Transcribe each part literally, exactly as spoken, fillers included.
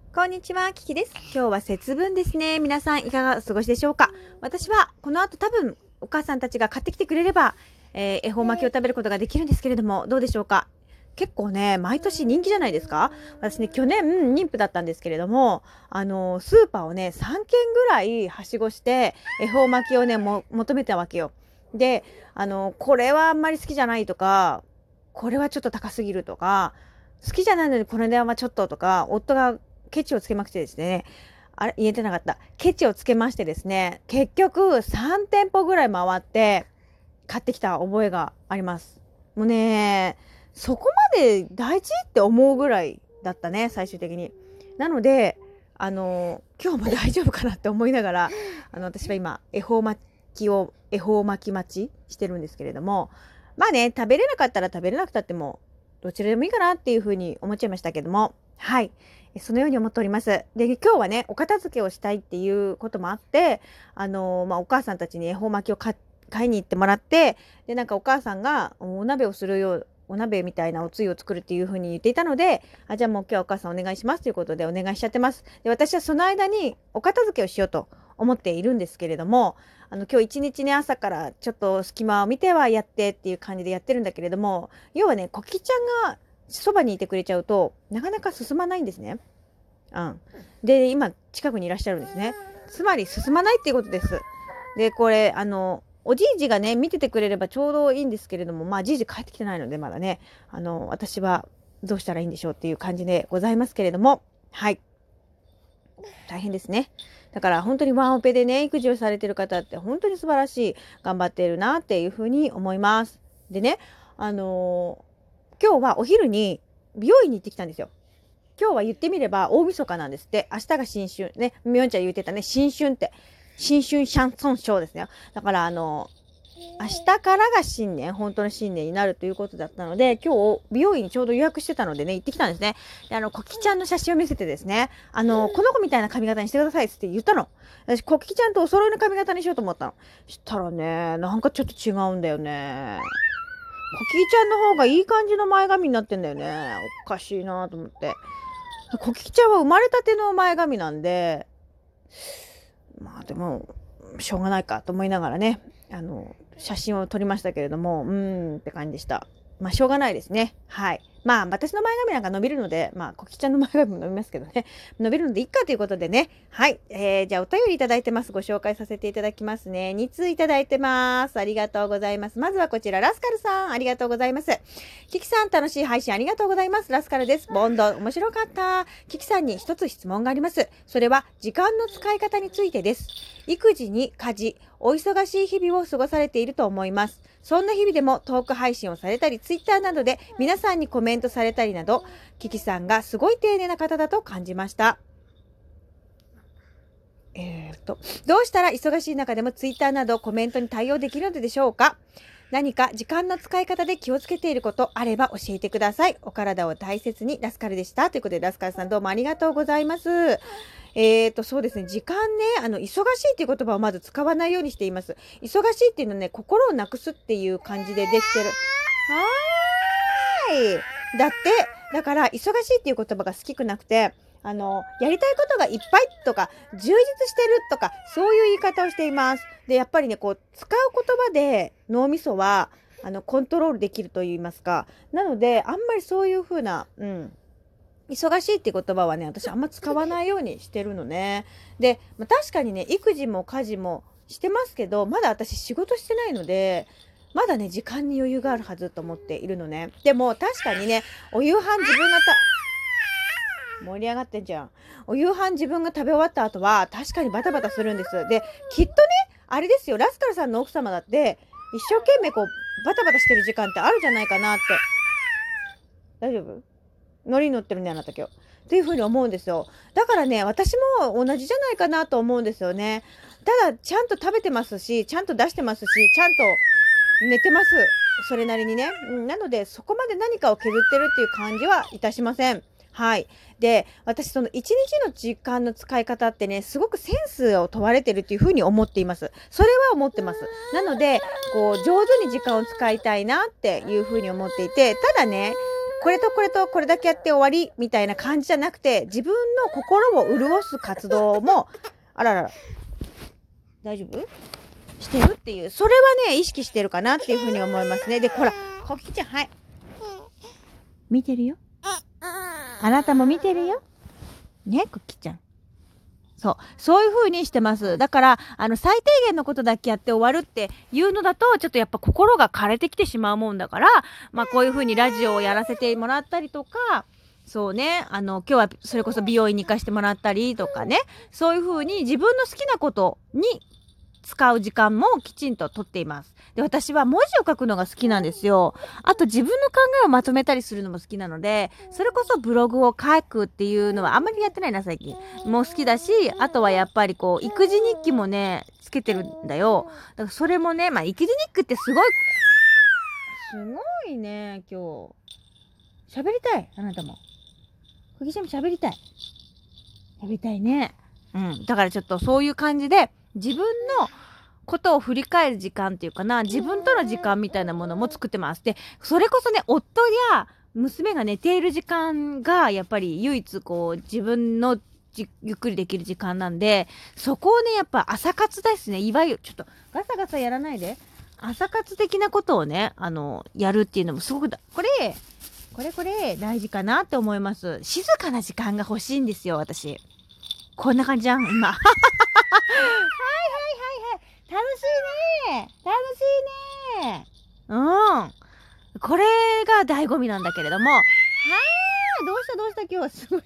こんにちは、キキです。今日は節分ですね。皆さんいかがお過ごしでしょうか。私はこの後多分お母さんたちが買ってきてくれれば、えー恵方巻きを食べることができるんですけれども、どうでしょうか。結構ね、毎年人気じゃないですか。私ね、去年妊婦だったんですけれども、あのスーパーをね、さんけんぐらいはしごして恵方巻きをねも求めたわけよ。で、あのこれはあんまり好きじゃないとか、これはちょっと高すぎるとか、好きじゃないのにこの値段はちょっととか、夫がケチをつけましてですね、あれ言えてなかった。ケチをつけましてですね、結局さんてんぽぐらい回って買ってきた覚えがあります。もうね、そこまで大事って思うぐらいだったね、最終的に。なので、あの、今日も大丈夫かなって思いながら、あの、私は今、恵方巻きを、恵方巻き待ちしてるんですけれども、まあね、食べれなかったら食べれなくたっても、どちらでもいいかなっていうふうに思っちゃいましたけども、はい。そのように思っております。で、今日はね、お片付けをしたいっていうこともあって、あのまあ、お母さんたちに恵方巻きを買買いに行ってもらって、で、なんかお母さんがお鍋をするよう、お鍋みたいなおつゆを作るっていう風に言っていたので、あ、じゃあもう今日はお母さんお願いしますということでお願いしちゃってます。で、私はその間にお片付けをしようと思っているんですけれども、あの、今日一日ね、朝からちょっと隙間を見てはやってっていう感じでやってるんだけれども、要はね、コキちゃんがそばにいてくれちゃうと、なかなか進まないんですね。うん。で、今、近くにいらっしゃるんですね。つまり、進まないっていうことです。で、これ、あの、おじいじがね、見ててくれればちょうどいいんですけれども、まあ、じいじ帰ってきてないので、まだね、あの、私はどうしたらいいんでしょうっていう感じでございますけれども、はい。大変ですね。だから本当にワンオペでね、育児をされてる方って本当に素晴らしい、頑張っているなっていうふうに思います。でね、あのー今日はお昼に美容院に行ってきたんですよ。今日は言ってみれば大晦日なんですって。明日が新春。ね、みょんちゃん言ってたね、新春って。新春シャンソンショーですね。だからあの、明日からが新年、本当の新年になるということだったので、今日、美容院にちょうど予約してたのでね、行ってきたんですね。で、あの、コキちゃんの写真を見せてですね、あの、この子みたいな髪型にしてくださいって言ったの。私、コキちゃんとお揃いの髪型にしようと思ったの。したらね、なんかちょっと違うんだよね。コキちゃんの方がいい感じの前髪になってんだよね。おかしいなと思って。コキちゃんは生まれたての前髪なんで、まあでも、しょうがないかと思いながらね、あの、写真を撮りましたけれども、うーんって感じでした。まあ、しょうがないですね。はい。まあ、私の前髪なんか伸びるので、まあ、コキちゃんの前髪も伸びますけどね。伸びるのでいいかということでね。はい。えー、じゃあ、お便りいただいてます。ご紹介させていただきますね。に通いただいてます。ありがとうございます。まずはこちら、ラスカルさん。ありがとうございます。キキさん、楽しい配信ありがとうございます。ラスカルです。ボンド、面白かった。キキさんに一つ質問があります。それは、時間の使い方についてです。育児に家事、お忙しい日々を過ごされていると思います。そんな日々でもトーク配信をされたり、ツイッターなどで皆さんにコメントされたりなど、キキさんがすごい丁寧な方だと感じました。えー、と、どうしたら忙しい中でもツイッターなどコメントに対応できるのでしょうか。何か時間の使い方で気をつけていることあれば教えてください。お体を大切に。ラスカルでした。ということで、ラスカルさんどうもありがとうございます。えーと、そうですね。時間ね、あの、忙しいっていう言葉をまず使わないようにしています。忙しいっていうのはね、心をなくすっていう感じでできてる。はーい。だって、だから、忙しいっていう言葉が好きくなくて、あの、やりたいことがいっぱいとか、充実してるとか、そういう言い方をしています。で、やっぱりね、こう、使う言葉で脳みそは、あの、コントロールできると言いますか。なので、あんまりそういう風な、うん、忙しいって言葉はね、私あんま使わないようにしてるのね。で、まあ、確かにね、育児も家事もしてますけど、まだ私仕事してないので、まだね、時間に余裕があるはずと思っているのね。でも、確かにね、お夕飯自分がた、盛り上がってんじゃん。お夕飯自分が食べ終わった後は、確かにバタバタするんです。で、きっとね、あれですよ、ラスカルさんの奥様だって、一生懸命こう、バタバタしてる時間ってあるじゃないかなって。大丈夫？ノリに乗ってるね、あなた今日。っていうふうに思うんですよ。だからね、私も同じじゃないかなと思うんですよね。ただ、ちゃんと食べてますし、ちゃんと出してますし、ちゃんと寝てます。それなりにね。うん、なので、そこまで何かを削ってるっていう感じはいたしません。はい。で、私、その一日の時間の使い方ってね、すごくセンスを問われてるっていうふうに思っています。それは思ってます。なので、こう、上手に時間を使いたいなっていうふうに思っていて、ただね、 これとこれとこれだけやって終わりみたいな感じじゃなくて、自分の心を潤す活動も、あららら、大丈夫してるっていう、それはね、意識してるかなっていうふうに思いますね。で、ほら、コキちゃん、はい。見てるよ。あなたも見てるよ。ね、コキちゃん。そう。そういう風にしてます。だから、あの、最低限のことだけやって終わるっていうのだと、ちょっとやっぱ心が枯れてきてしまうもんだから、まあこういう風にラジオをやらせてもらったりとか、そうね、あの、今日はそれこそ美容院に行かしてもらったりとかね、そういう風に自分の好きなことに使う時間もきちんととっています。で、私は文字を書くのが好きなんですよ。あと自分の考えをまとめたりするのも好きなので、それこそブログを書くっていうのはあんまりやってないな、最近。もう好きだし、あとはやっぱりこう、育児日記もね、つけてるんだよ。だからそれもね、まあ育児日記ってすごい、すごいね、今日。喋りたい、あなたも。小木ちゃんも喋りたい。喋りたいね。うん。だからちょっとそういう感じで、自分のことを振り返る時間っていうかな、自分との時間みたいなものも作ってます。で、それこそね、夫や娘が寝ている時間が、やっぱり唯一こう、自分のじゆっくりできる時間なんで、そこをね、やっぱ朝活ですね。いわゆる、ちょっとガサガサやらないで。朝活的なことをね、あの、やるっていうのもすごくだ、これ、これこれ大事かなって思います。静かな時間が欲しいんですよ、私。こんな感じじゃん、今。はいはいはいはい。楽しいね。楽しいね。うん。これが醍醐味なんだけれども。はー、どうしたどうした今日はすごい。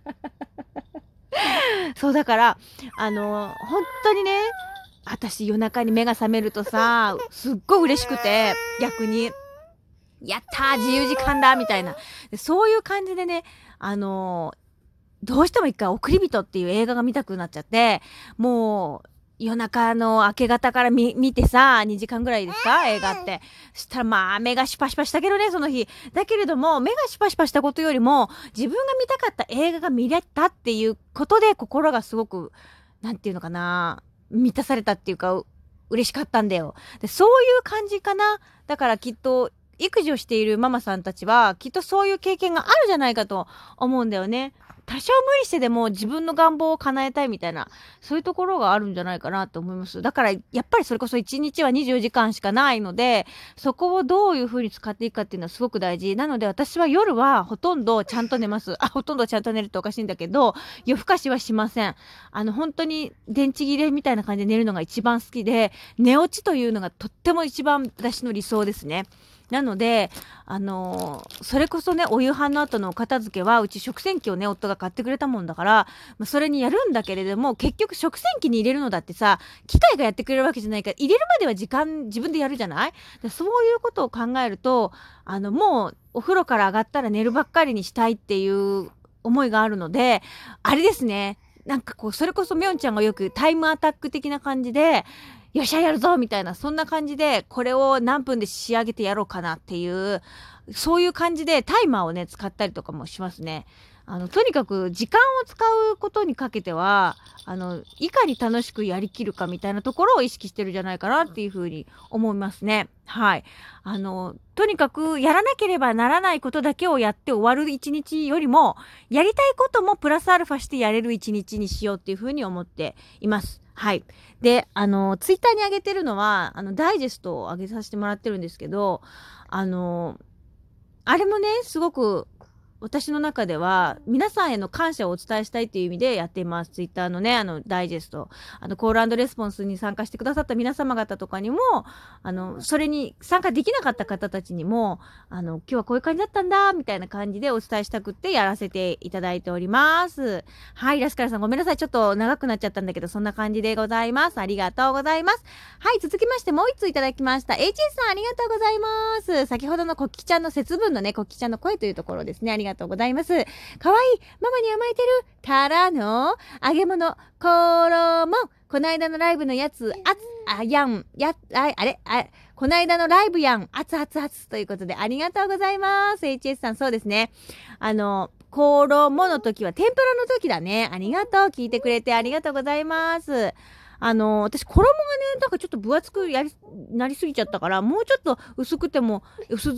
そうだから、あの、本当にね、私夜中に目が覚めるとさ、すっごい嬉しくて、逆に。やったー自由時間だみたいな。そういう感じでね、あのどうしても一回送り人っていう映画が見たくなっちゃって、もう夜中の明け方から見、見てさ、にじかんぐらいですか映画って。そしたらまあ目がシュパシュパしたけどね、その日。だけれども、目がシュパシュパしたことよりも、自分が見たかった映画が見れたっていうことで心がすごく、なんていうのかな、満たされたっていうか、嬉しかったんだよ。で、そういう感じかな。だからきっと、育児をしているママさんたちは、きっとそういう経験があるじゃないかと思うんだよね。多少無理してでも自分の願望を叶えたいみたいな、そういうところがあるんじゃないかなと思います。だから、やっぱりそれこそいちにちはにじゅうよじかんしかないので、そこをどういう風に使っていくかっていうのはすごく大事。なので私は夜はほとんどちゃんと寝ます。あ、ほとんどちゃんと寝るっておかしいんだけど、夜更かしはしません。あの、本当に電池切れみたいな感じで寝るのが一番好きで、寝落ちというのがとっても一番私の理想ですね。なので、あのー、それこそね、お夕飯の後のお片付けは、うち食洗機をね、夫が買ってくれたもんだから、まあ、それにやるんだけれども、結局食洗機に入れるのだってさ、機械がやってくれるわけじゃないから、入れるまでは時間自分でやるじゃない？でそういうことを考えると、あの、もう、お風呂から上がったら寝るばっかりにしたいっていう思いがあるので、あれですね、なんかこう、それこそみょんちゃんがよくタイムアタック的な感じで、よっしゃやるぞみたいな、そんな感じで、これを何分で仕上げてやろうかなっていう、そういう感じでタイマーをね、使ったりとかもしますね。あの、とにかく時間を使うことにかけては、あの、いかに楽しくやりきるかみたいなところを意識してるんじゃないかなっていうふうに思いますね。はい。あの、とにかくやらなければならないことだけをやって終わる一日よりも、やりたいこともプラスアルファしてやれる一日にしようっていうふうに思っています。はい。で、あの、ツイッターに上げてるのは、あの、ダイジェストを上げさせてもらってるんですけど、あの、あれもね、すごく、私の中では、皆さんへの感謝をお伝えしたいという意味でやっています。ツイッターのね、あの、ダイジェスト。あの、コール&レスポンスに参加してくださった皆様方とかにも、あの、それに参加できなかった方たちにも、あの、今日はこういう感じだったんだ、みたいな感じでお伝えしたくってやらせていただいております。はい、ラスカルさんごめんなさい。ちょっと長くなっちゃったんだけど、そんな感じでございます。ありがとうございます。はい、続きましてもう一ついただきました。エイチエス さんありがとうございます。先ほどのコッキちゃんの節分のね、コッキちゃんの声というところですね。ありがとうございます。かわいいママに甘えてるからの揚げ物衣。こないだのライブのやつあつあやんやああれあこないだのライブやんあつあつあつということでありがとうございます。 エイチエス さんそうですね。あの衣の時は天ぷらの時だね。ありがとう。聞いてくれてありがとうございます。あの私衣がねなんかちょっと分厚くやりなりすぎちゃったからもうちょっと薄くても薄ず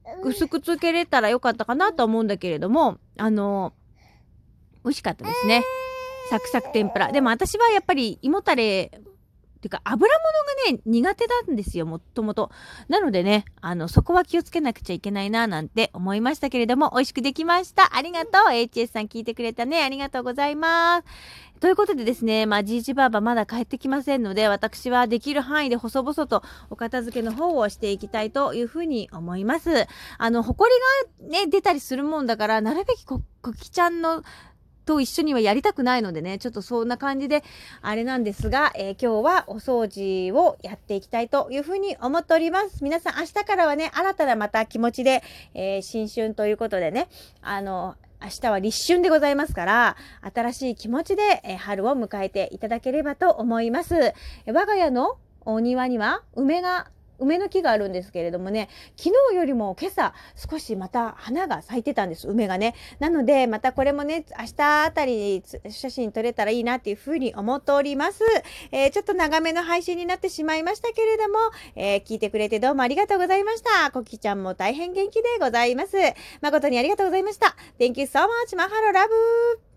薄くつけれたらよかったかなと思うんだけれども、あの、美味しかったですね。サクサク天ぷら。でも私はやっぱり胃もたれ、っていうか油物がね、苦手なんですよ、もっともと。なのでね、あの、そこは気をつけなくちゃいけないな、なんて思いましたけれども、美味しくできました。ありがとう。エイチエス さん聞いてくれたね。ありがとうございます。ということでですね、まあ、じいじばあばまだ帰ってきませんので、私はできる範囲で細々とお片付けの方をしていきたいというふうに思います。あの、埃がね、出たりするもんだから、なるべきこ、こきちゃんのと一緒にはやりたくないのでね、ちょっとそんな感じであれなんですが、えー、今日はお掃除をやっていきたいというふうに思っております。皆さん明日からはね、新たなまた気持ちで、えー、新春ということでね、あの明日は立春でございますから、新しい気持ちで、えー、春を迎えていただければと思います。えー、我が家のお庭には梅が梅の木があるんですけれどもね、昨日よりも今朝少しまた花が咲いてたんです、梅がね。なのでまたこれもね、明日あたりに写真撮れたらいいなっていうふうに思っております。えー、ちょっと長めの配信になってしまいましたけれども、えー、聞いてくれてどうもありがとうございました。コキちゃんも大変元気でございます。誠にありがとうございました。Thank you so much. マハロラブ